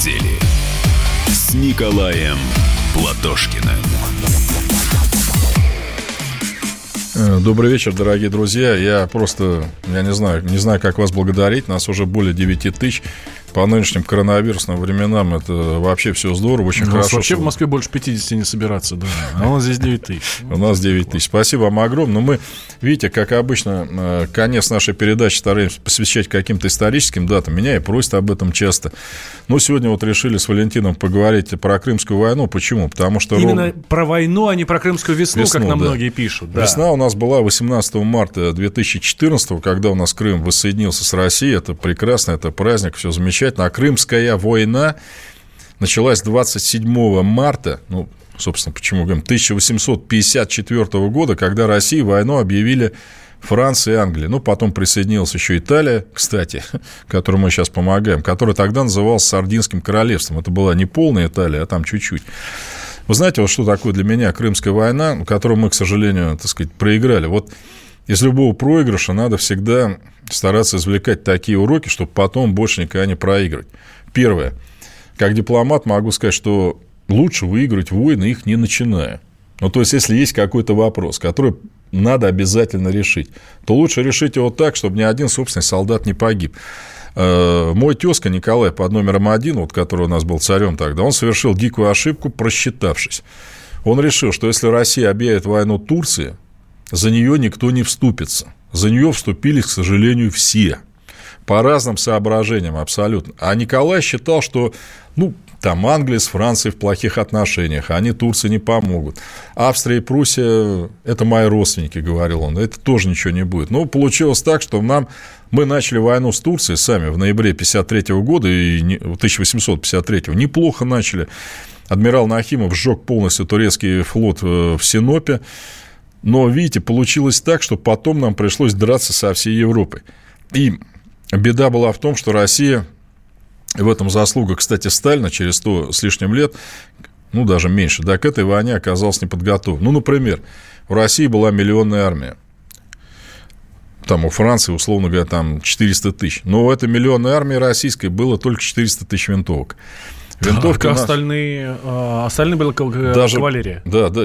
недели с Николаем Платошкиным. Добрый вечер, дорогие друзья. Я не знаю, как вас благодарить. Нас уже более 9 тысяч. По нынешним коронавирусным временам это вообще все здорово, очень хорошо. Вообще в Москве больше 50 не собираться, да. А у нас здесь 9 тысяч. У нас 9 тысяч. Спасибо вам огромное. Но мы, видите, как обычно, конец нашей передачи стараемся посвящать каким-то историческим датам. Меня и просят об этом часто. Но сегодня вот решили с Валентином поговорить про Крымскую войну. Почему? Потому что... Именно про войну, а не про Крымскую весну, как нам многие пишут. Да. Весна у нас была 18 марта 2014, когда у нас Крым воссоединился с Россией. Это прекрасно, это праздник, все замечательно. А Крымская война началась 27 марта, собственно, почему говорим, 1854 года, когда России войну объявили Франция и Англия. Потом присоединилась еще Италия, кстати, которой мы сейчас помогаем, которая тогда называлась Сардинским королевством. Это была не полная Италия, а там чуть-чуть. Вы знаете, вот что такое для меня Крымская война, которую мы, к сожалению, проиграли? Вот из любого проигрыша надо всегда стараться извлекать такие уроки, чтобы потом больше никогда не проигрывать. Первое. Как дипломат могу сказать, что лучше выиграть войны, их не начиная. То есть, если есть какой-то вопрос, который надо обязательно решить, то лучше решить его так, чтобы ни один собственный солдат не погиб. Мой тезка Николай под номером 1, который у нас был царем тогда, он совершил дикую ошибку, просчитавшись. Он решил, что если Россия объявит войну Турции, за нее никто не вступится. За нее вступили, к сожалению, все. По разным соображениям абсолютно. А Николай считал, что там Англия с Францией в плохих отношениях, они Турции не помогут. Австрия и Пруссия – это мои родственники, говорил он, это тоже ничего не будет. Получилось так, что мы начали войну с Турцией сами в ноябре 1953 года, и 1853 неплохо начали. Адмирал Нахимов сжег полностью турецкий флот в Синопе. Но, видите, получилось так, что потом нам пришлось драться со всей Европой. И беда была в том, что Россия, в этом заслуга, кстати, Сталина через 100 с лишним лет, даже меньше, к этой войне оказалась не подготовлена. Например, в России была миллионная армия. Там у Франции, условно говоря, 400 тысяч. Но у этой миллионной армии российской было только 400 тысяч винтовок. Винтовки остальные была кавалерия.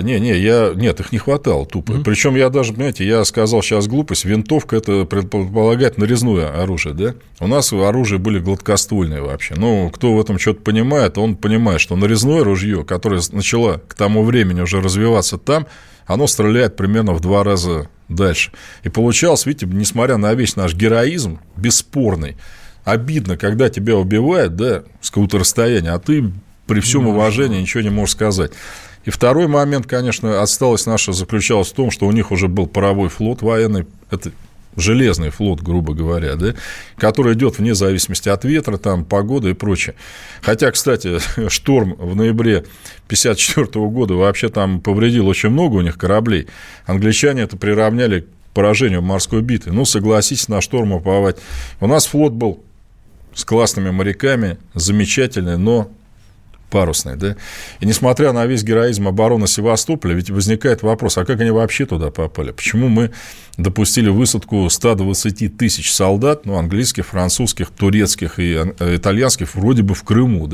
Нет, их не хватало тупо. Причем я даже, я сказал сейчас глупость, винтовка – это предполагает нарезное оружие, да? У нас оружие были гладкоствольные вообще. Кто в этом что-то понимает, он понимает, что нарезное ружье, которое начало к тому времени уже развиваться там, оно стреляет примерно в 2 раза дальше. И получалось, видите, несмотря на весь наш героизм, бесспорный, обидно, когда тебя убивают, с какого-то расстояния, а ты при всем уважении ничего не можешь сказать. И второй момент, конечно, отсталость наша заключалась в том, что у них уже был паровой флот военный, это железный флот, грубо говоря, который идет вне зависимости от ветра, погоды и прочее. Хотя, кстати, шторм в ноябре 1954 года вообще там повредил очень много у них кораблей. Англичане это приравняли к поражению в морской битве. Согласитесь, на шторм уповать. У нас флот был с классными моряками, замечательный, но парусный, И несмотря на весь героизм обороны Севастополя, ведь возникает вопрос, а как они вообще туда попали? Почему мы допустили высадку 120 тысяч солдат, английских, французских, турецких и итальянских, вроде бы в Крыму,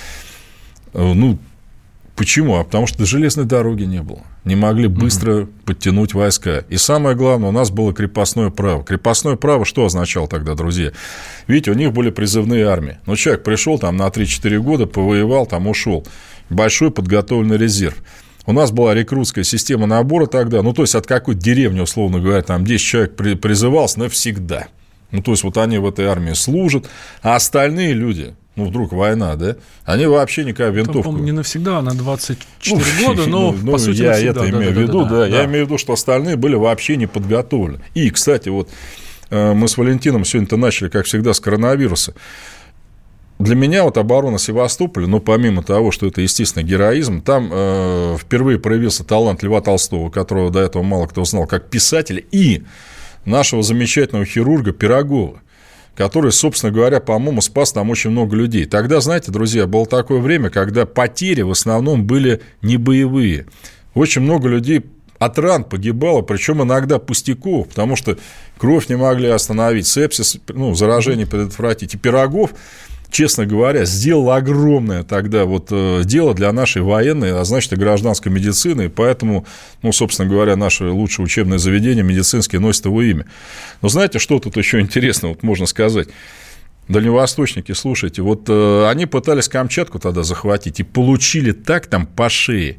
Почему? Потому что железной дороги не было. Не могли быстро подтянуть войска. И самое главное, у нас было крепостное право. Крепостное право что означало тогда, друзья? Видите, у них были призывные армии. Человек пришел на 3-4 года, повоевал, ушел. Большой подготовленный резерв. У нас была рекрутская система набора тогда. То есть, от какой деревни, условно говоря, 10 человек призывался навсегда. То есть, они в этой армии служат, а остальные люди... вдруг война, они вообще никакая винтовку... Не навсегда, на 24 года, но по сути я навсегда. Это имею в виду, я имею в виду, что остальные были вообще не подготовлены. И, кстати, мы с Валентином сегодня-то начали, как всегда, с коронавируса. Для меня оборона Севастополя, помимо того, что это, естественно, героизм, там впервые проявился талант Льва Толстого, которого до этого мало кто знал, как писателя, и нашего замечательного хирурга Пирогова, который, собственно говоря, по-моему, спас там очень много людей. Тогда, знаете, друзья, было такое время, когда потери в основном были не боевые. Очень много людей от ран погибало, причем иногда пустяков, потому что кровь не могли остановить, сепсис, заражение предотвратить. И Пирогов честно говоря, сделал огромное тогда вот дело для нашей военной, а значит, и гражданской медицины, и поэтому, ну, собственно говоря, наше лучшее учебное заведение медицинское носит его имя. Но знаете, что тут еще интересно, вот можно сказать? Дальневосточники, слушайте, вот они пытались Камчатку тогда захватить и получили так там по шее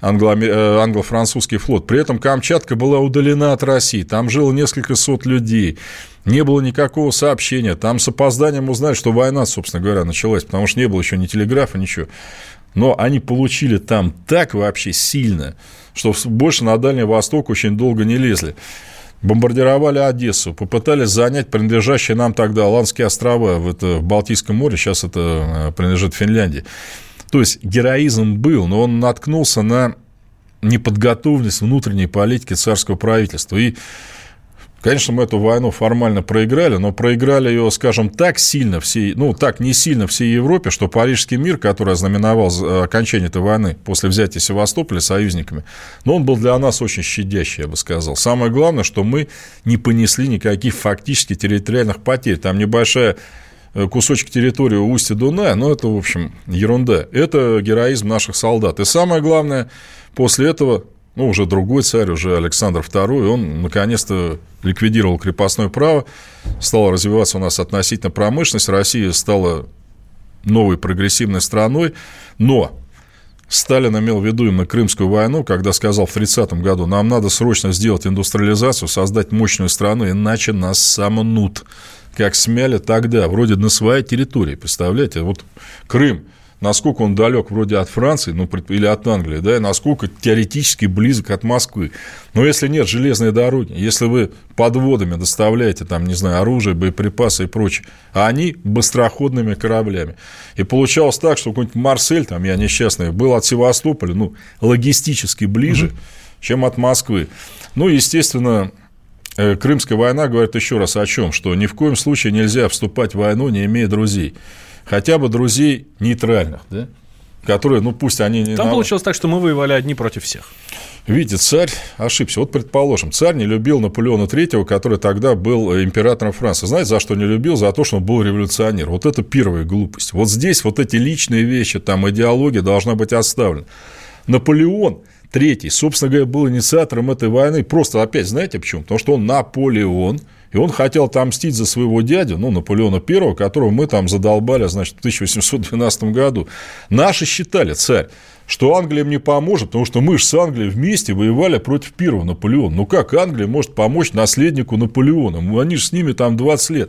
англо-французский флот. При этом Камчатка была удалена от России, там жило несколько сот людей, не было никакого сообщения, там с опозданием узнали, что война, собственно говоря, началась, потому что не было еще ни телеграфа, ничего. Но они получили там так вообще сильно, что больше на Дальний Восток очень долго не лезли. Бомбардировали Одессу, попытались занять принадлежащие нам тогда Аландские острова в Балтийском море, сейчас это принадлежит Финляндии. То есть героизм был, но он наткнулся на неподготовленность внутренней политики царского правительства. И, конечно, мы эту войну формально проиграли, но проиграли ее, скажем, так сильно так не сильно всей Европе, что Парижский мир, который ознаменовал окончание этой войны после взятия Севастополя союзниками, но он был для нас очень щадящий, я бы сказал. Самое главное, что мы не понесли никаких фактически территориальных потерь. Там небольшая кусочек территории у устья Дуная, но это, в общем, ерунда. Это героизм наших солдат. И самое главное, после этого, уже другой царь, уже Александр II, он наконец-то ликвидировал крепостное право, стала развиваться у нас относительно промышленность, Россия стала новой прогрессивной страной, но Сталин имел в виду именно Крымскую войну, когда сказал в 30-м году, нам надо срочно сделать индустриализацию, создать мощную страну, иначе нас сомнут. Как смяли тогда, вроде на своей территории, представляете, вот Крым, насколько он далек вроде от Франции, или от Англии, да, насколько теоретически близок от Москвы. Но если нет железной дороги, если вы подводами доставляете, там, не знаю, оружие, боеприпасы и прочее, а они быстроходными кораблями. И получалось так, что какой-нибудь Марсель, там, я несчастный, был от Севастополя, логистически ближе, чем от Москвы. Естественно, Крымская война говорит еще раз о чем, что ни в коем случае нельзя вступать в войну, не имея друзей. Хотя бы друзей нейтральных, да? Которые, пусть они не... Там получилось так, что мы воевали одни против всех. Видите, царь ошибся. Вот, предположим, царь не любил Наполеона III, который тогда был императором Франции. Знаете, за что не любил? За то, что он был революционер. Вот это первая глупость. Вот здесь вот эти личные вещи, там идеология должна быть оставлена. Наполеон III, собственно говоря, был инициатором этой войны. Просто опять, знаете почему? Потому что он Наполеон, и он хотел отомстить за своего дядю, Наполеона I, которого мы там задолбали, значит, в 1812 году. Наши считали, царь, что Англия им не поможет, потому что мы же с Англией вместе воевали против первого Наполеона. Как Англия может помочь наследнику Наполеона? Они же с ними там 20 лет.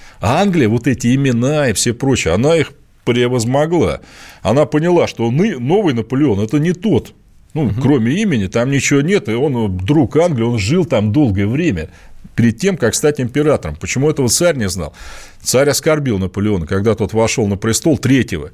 А Англия, вот эти имена и все прочее, она их превозмогла. Она поняла, что новый Наполеон – это не тот. Кроме имени, там ничего нет, и он друг Англии, он жил там долгое время, перед тем, как стать императором. Почему этого царь не знал? Царь оскорбил Наполеона, когда тот вошел на престол третьего.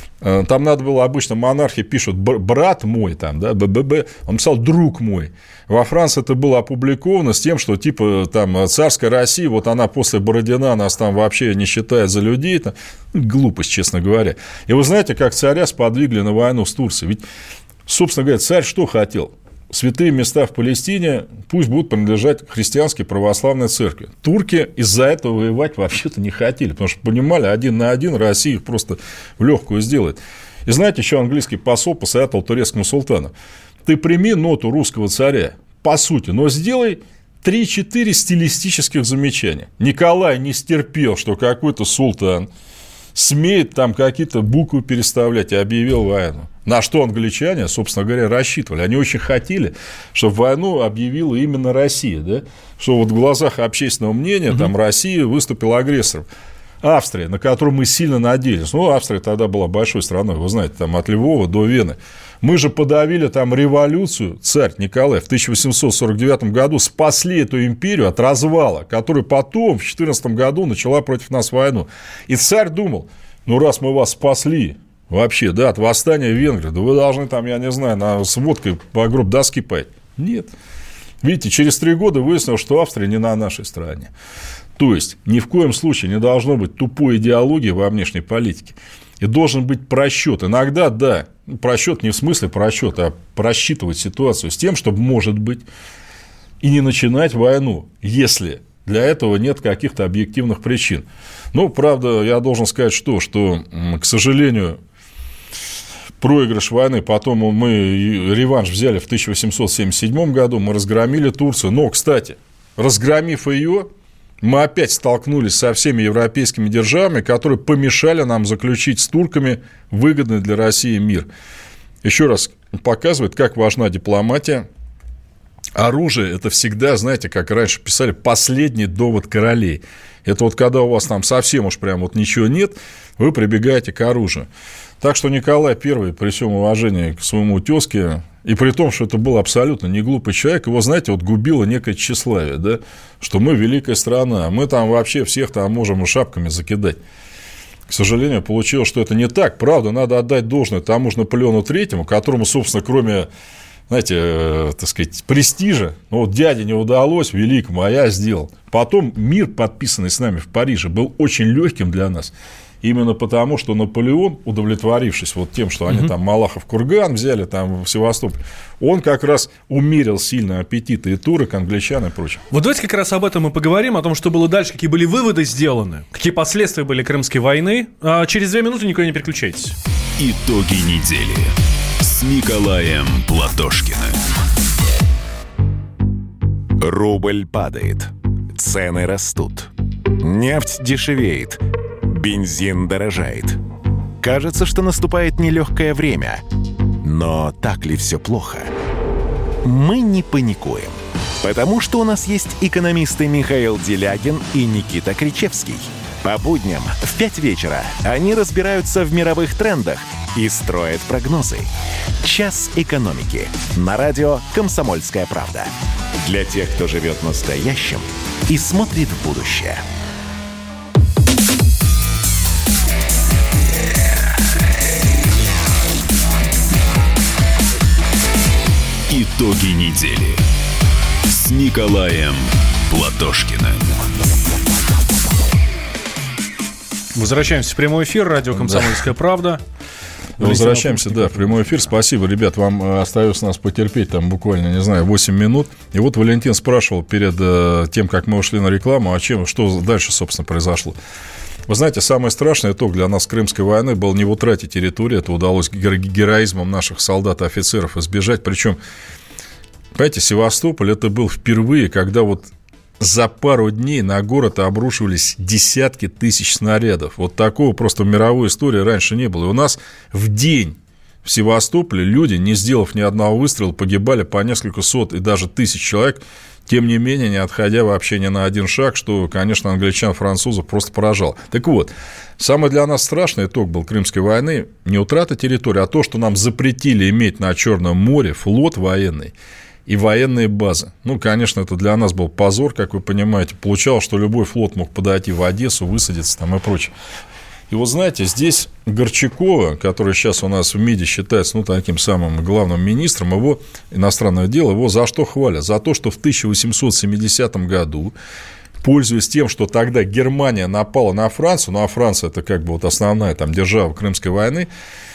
Там надо было, обычно монархи пишут «брат мой», там, да, БББ, он писал «друг мой». Во Франции это было опубликовано с тем, что типа там царская Россия, вот она после Бородина нас там вообще не считает за людей, там, глупость, честно говоря. И вы знаете, как царя сподвигли на войну с Турцией? Ведь, собственно говоря, царь что хотел? Святые места в Палестине пусть будут принадлежать христианской православной церкви. Турки из-за этого воевать вообще-то не хотели, потому что понимали, 1 на 1 Россия их просто в легкую сделает. И знаете, еще английский посол посоветовал турецкому султану: ты прими ноту русского царя, по сути, но сделай 3-4 стилистических замечания. Николай не стерпел, что какой-то султан смеет там какие-то буквы переставлять, и объявил войну. На что англичане, собственно говоря, рассчитывали. Они очень хотели, чтобы войну объявила именно Россия, да? Что вот в глазах общественного мнения там Россия выступила агрессором. Австрия, на которую мы сильно надеялись. Австрия тогда была большой страной, вы знаете, там от Львова до Вены. Мы же подавили там революцию, царь Николай в 1849 году, спасли эту империю от развала, которая потом в 14 году начала против нас войну. И царь думал, раз мы вас спасли, вообще, да, от восстания в Венгрии, да вы должны там, я не знаю, с водкой по гроб доски паять. Нет. Видите, через 3 года выяснилось, что Австрия не на нашей стороне. То есть, ни в коем случае не должно быть тупой идеологии во внешней политике. И должен быть просчет. Иногда, да, просчет не в смысле просчет, а просчитывать ситуацию с тем, чтобы, может быть, и не начинать войну, если Для этого нет каких-то объективных причин. Ну, правда, я должен сказать, что, к сожалению, проигрыш войны, потом мы реванш взяли в 1877 году, мы разгромили Турцию. Но, кстати, разгромив ее, мы опять столкнулись со всеми европейскими державами, которые помешали нам заключить с турками выгодный для России мир. Еще раз показывает, как важна дипломатия. Оружие – это всегда, знаете, как раньше писали, последний довод королей. Это вот когда у вас там совсем уж прям вот ничего нет, вы прибегаете к оружию. Так что Николай I, при всем уважении к своему тезке, и при том, что это был абсолютно не глупый человек, его, знаете, вот губило некое тщеславие, да, что мы великая страна, мы там вообще всех там можем шапками закидать. К сожалению, получилось, что это не так. Правда, надо отдать должное тому же Наполеону III, которому, собственно, кроме, знаете, так сказать, престижа, ну, вот дяде не удалось, великому, а я сделал. Потом мир, подписанный с нами в Париже, был очень легким для нас. Именно потому, что Наполеон, удовлетворившись вот тем, что они там Малахов курган взяли, там в Севастополь, он как раз умерил сильно аппетиты и турок, англичан и прочее. Вот давайте как раз об этом и поговорим, о том, что было дальше, какие были выводы сделаны, какие последствия были Крымской войны. Через 2 минуты никуда не переключайтесь. Итоги недели с Николаем Платошкиным. Рубль падает, цены растут, нефть дешевеет, бензин дорожает. Кажется, что наступает нелегкое время. Но так ли все плохо? Мы не паникуем, потому что у нас есть экономисты Михаил Делягин и Никита Кричевский. По будням в 5 вечера они разбираются в мировых трендах и строят прогнозы. «Час экономики» на радио «Комсомольская правда». Для тех, кто живет настоящим и смотрит в будущее. Итоги недели с Николаем Платошкиным. Возвращаемся в прямой эфир. Радио «Комсомольская правда». Возвращаемся, в прямой эфир. Спасибо, ребят, вам остается нас потерпеть там буквально, не знаю, 8 минут. И вот Валентин спрашивал перед тем, как мы ушли на рекламу, что дальше, собственно, произошло. Вы знаете, самый страшный итог для нас Крымской войны был не в утрате территории, это удалось героизмом наших солдат и офицеров избежать. Причем, понимаете, Севастополь это был впервые, когда вот за пару дней на город обрушивались десятки тысяч снарядов. Вот такого просто в мировой истории раньше не было. И у нас в день в Севастополе люди, не сделав ни одного выстрела, погибали по несколько сот и даже тысяч человек, тем не менее, не отходя вообще ни на один шаг, что, конечно, англичан, французов просто поражало. Так вот, самый для нас страшный итог был Крымской войны не утрата территории, а то, что нам запретили иметь на Черном море флот военный и военные базы. Ну, конечно, это для нас был позор, как вы понимаете. Получалось, что любой флот мог подойти в Одессу, высадиться там и прочее. И вот знаете, здесь Горчакова, который сейчас у нас в МИДе считается таким самым главным министром, его иностранного дела, его за что хвалят? За то, что в 1870 году, пользуясь тем, что тогда Германия напала на Францию, а Франция это как бы вот основная там держава Крымской войны,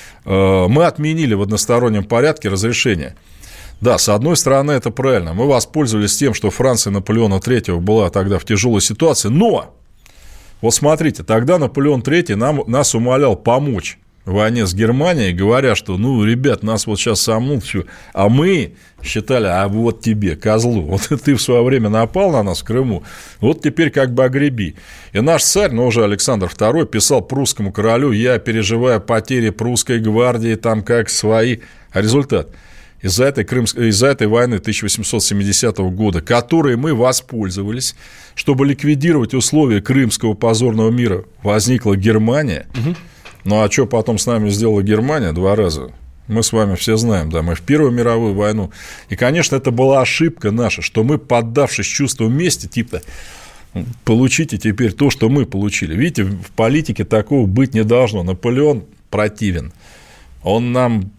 мы отменили в одностороннем порядке разрешение. Да, с одной стороны, это правильно. Мы воспользовались тем, что Франция Наполеона III была тогда в тяжелой ситуации, но вот смотрите, тогда Наполеон III нас умолял помочь в войне с Германией, говоря, что, ребят, нас вот сейчас сомнут, а мы считали, а вот тебе, козлу, вот ты в свое время напал на нас в Крыму, вот теперь как бы огреби. И наш царь, уже Александр II, писал прусскому королю: я переживаю потери прусской гвардии, там как свои. А результат? Из-за этой войны 1870 года, которой мы воспользовались, чтобы ликвидировать условия Крымского позорного мира, возникла Германия. Ну, а что потом с нами сделала Германия 2 раза? Мы с вами все знаем, да, мы в Первую мировую войну. И, конечно, это была ошибка наша, что мы, поддавшись чувству мести, типа, получите теперь то, что мы получили. Видите, в политике такого быть не должно. Наполеон противен. Он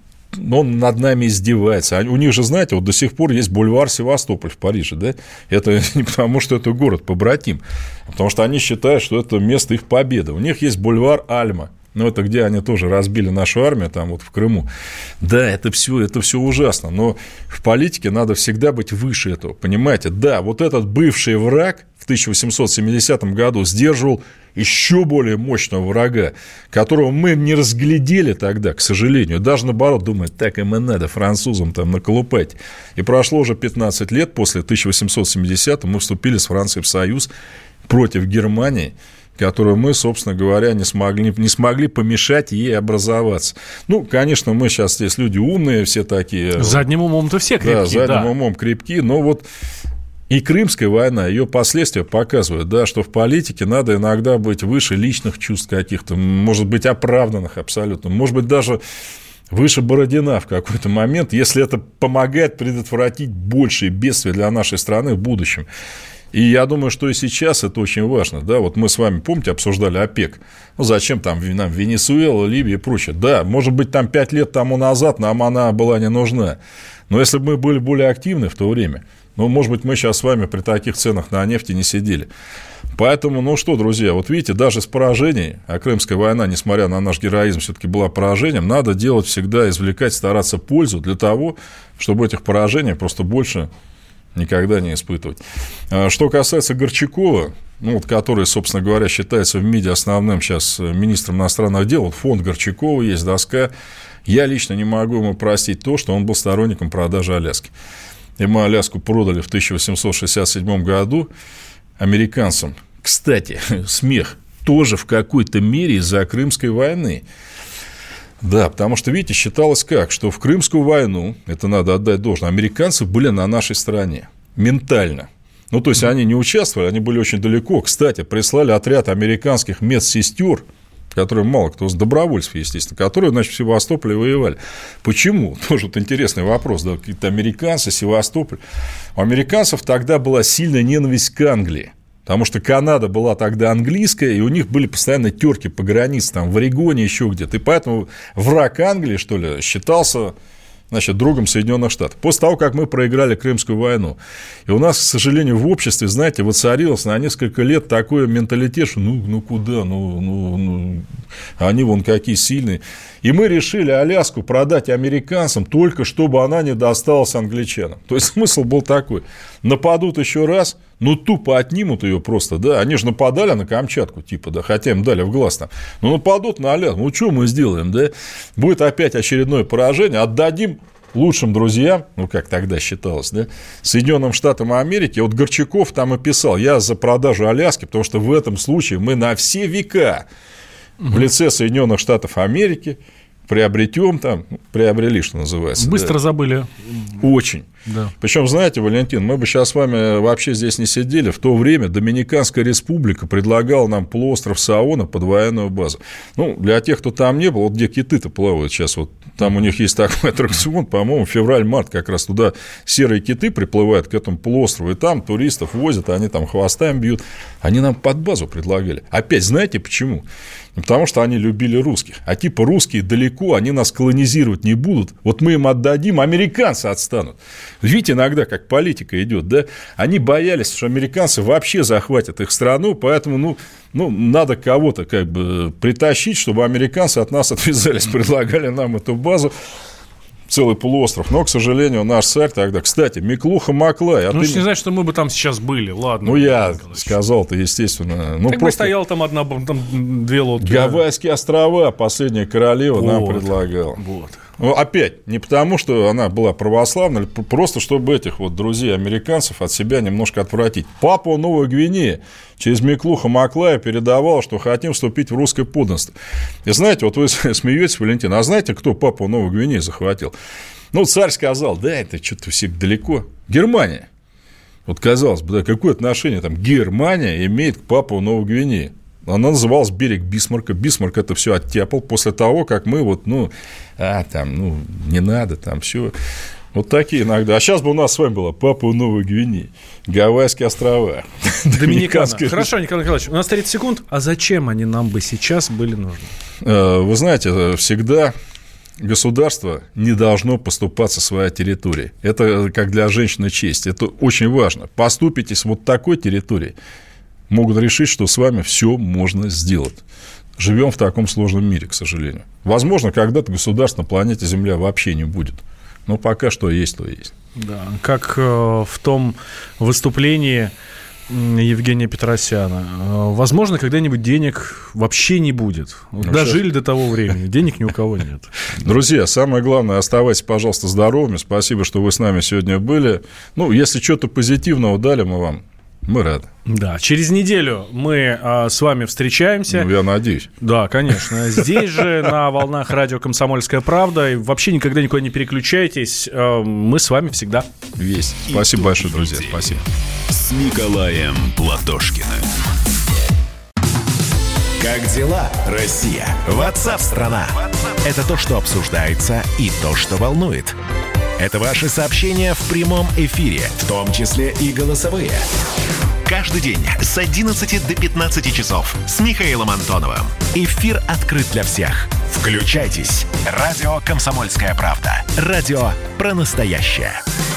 над нами издевается. У них же, знаете, вот до сих пор есть бульвар Севастополь в Париже, да? Это не потому, что это город побратим, а потому что они считают, что это место их победы. У них есть бульвар Альма. ну, это где они тоже разбили нашу армию, там вот в Крыму. Да, это все ужасно, но в политике надо всегда быть выше этого, понимаете? Да, вот этот бывший враг в 1870 году сдерживал еще более мощного врага, которого мы не разглядели тогда, к сожалению. Даже наоборот, думают, так им и надо французам там наколупать. И прошло уже 15 лет после 1870-го, мы вступили с Францией в союз против Германии, которую мы, собственно говоря, не смогли помешать ей образоваться. Ну, конечно, мы сейчас здесь люди умные, все такие. Задним умом-то все крепкие. Да, задним умом крепкие, но вот и Крымская война, ее последствия показывают, да, что в политике надо иногда быть выше личных чувств каких-то, может быть, оправданных абсолютно, может быть, даже выше Бородина в какой-то момент, если это помогает предотвратить большие бедствия для нашей страны в будущем. И я думаю, что и сейчас это очень важно. Да? Вот мы с вами, помните, обсуждали ОПЕК. Ну, зачем там нам Венесуэла, Ливия и прочее. Да, может быть, там 5 лет тому назад нам она была не нужна. Но если бы мы были более активны в то время, ну, может быть, мы сейчас с вами при таких ценах на нефть не сидели. Поэтому, ну что, друзья, вот видите, даже с поражений, а Крымская война, несмотря на наш героизм, все-таки была поражением, надо делать всегда, извлекать, стараться пользу для того, чтобы этих поражений просто больше никогда не испытывать. Что касается Горчакова, ну, вот, который, собственно говоря, считается в МИДе основным сейчас министром иностранных дел, вот фонд Горчакова есть, доска, я лично не могу ему простить то, что он был сторонником продажи Аляски. И мы Аляску продали в 1867 году американцам. Кстати, смех, тоже в какой-то мере из-за Крымской войны. Да, потому что, видите, считалось как, что в Крымскую войну, это надо отдать должное, американцы были на нашей стороне ментально. Ну, то есть, они не участвовали, они были очень далеко. Кстати, прислали отряд американских медсестер, которые мало кто, добровольцев, естественно, которые, значит, в Севастополе воевали. Почему? Тоже вот интересный вопрос. Да, какие-то американцы, Севастополь. У американцев тогда была сильная ненависть к Англии. Потому что Канада была тогда английская, и у них были постоянно терки по границе, там, в Орегоне, еще где-то. И поэтому враг Англии, что ли, считался, значит, другом Соединенных Штатов. После того, как мы проиграли Крымскую войну. И у нас, к сожалению, в обществе, знаете, воцарилось на несколько лет такой менталитет, что ну куда, они вон какие сильные. И мы решили Аляску продать американцам, только чтобы она не досталась англичанам. То есть, смысл был такой. Нападут еще раз, ну, тупо отнимут ее просто, да. Они же нападали на Камчатку, типа, да, хотя им дали в глаз там. Ну, нападут на Аляску, ну, что мы сделаем, да? Будет опять очередное поражение, отдадим лучшим друзьям, ну, как тогда считалось, да, Соединенным Штатам Америки. Вот Горчаков там и писал, я за продажу Аляски, потому что в этом случае мы на все века в лице Соединенных Штатов Америки приобрели, что называется. Быстро да. Забыли. Очень. Да. Причем, знаете, Валентин, мы бы сейчас с вами вообще здесь не сидели. В то время Доминиканская республика предлагала нам полуостров Саона под военную базу. Ну, для тех, кто там не был, вот где киты-то плавают сейчас, вот там у них есть такой аттракцион, по-моему, февраль-март как раз туда серые киты приплывают к этому полуострову, и там туристов возят, они там хвостами бьют. Они нам под базу предлагали. Опять, знаете почему? Потому что они любили русских. А типа русские далеко, они нас колонизировать не будут. Вот мы им отдадим, американцы отстанут. Видите, иногда как политика идет, да? Они боялись, что американцы вообще захватят их страну, поэтому, надо кого-то как бы притащить, чтобы американцы от нас отвязались, предлагали нам эту базу. Целый полуостров. Но, к сожалению, наш царь тогда... Кстати, Миклуха Маклай... Ну, не знаю, что мы бы там сейчас были, ладно. Ну, я сказал-то, естественно... Так бы стоял там две лодки. Гавайские острова, последняя королева нам предлагала. Вот. Ну, опять, не потому, что она была православной, просто чтобы этих вот друзей американцев от себя немножко отвратить. Папуа Новой Гвинеи через Миклуха Маклая передавал, что хотим вступить в русское подданство. И знаете, вот вы смеетесь, Валентин, а знаете, кто Папуа Новой Гвинеи захватил? Ну, царь сказал, да, это что-то все далеко. Германия. Вот, казалось бы, да, какое отношение там Германия имеет к Папуа Новой Гвинеи? Она называлась «Берег Бисмарка». Бисмарк это все оттяпал после того, как мы не надо, там все. Вот такие иногда. А сейчас бы у нас с вами было Папуа Новой Гвинеи, Гавайские острова. Доминикана. Хорошо, Николай Николаевич, у нас 30 секунд. А зачем они нам бы сейчас были нужны? Вы знаете, всегда государство не должно поступаться своей территорией. Это как для женщины честь. Это очень важно. Поступитесь вот такой территорией, могут решить, что с вами все можно сделать. живем в таком сложном мире, к сожалению. Возможно, когда-то государств на планете Земля вообще не будет. Но пока что есть, то есть. Да, как в том выступлении Евгения Петросяна. Возможно, когда-нибудь денег вообще не будет. Дожили до того времени. Денег ни у кого нет. Друзья, самое главное, оставайтесь, пожалуйста, здоровыми. Спасибо, что вы с нами сегодня были. Ну, если что-то позитивного дали мы вам, мы рады. Да, через неделю мы с вами встречаемся. Ну, я надеюсь. Да, конечно. Здесь же, на волнах радио «Комсомольская правда». И вообще никогда никуда не переключайтесь. Мы с вами всегда. Есть. Спасибо большое, друзья. Спасибо. С Николаем Платошкиным. Как дела, Россия? WhatsApp-страна! Это то, что обсуждается, и то, что волнует. Это ваши сообщения в прямом эфире, в том числе и голосовые. Каждый день с 11 до 15 часов с Михаилом Антоновым. Эфир открыт для всех. Включайтесь. Радио «Комсомольская правда». Радио про настоящее.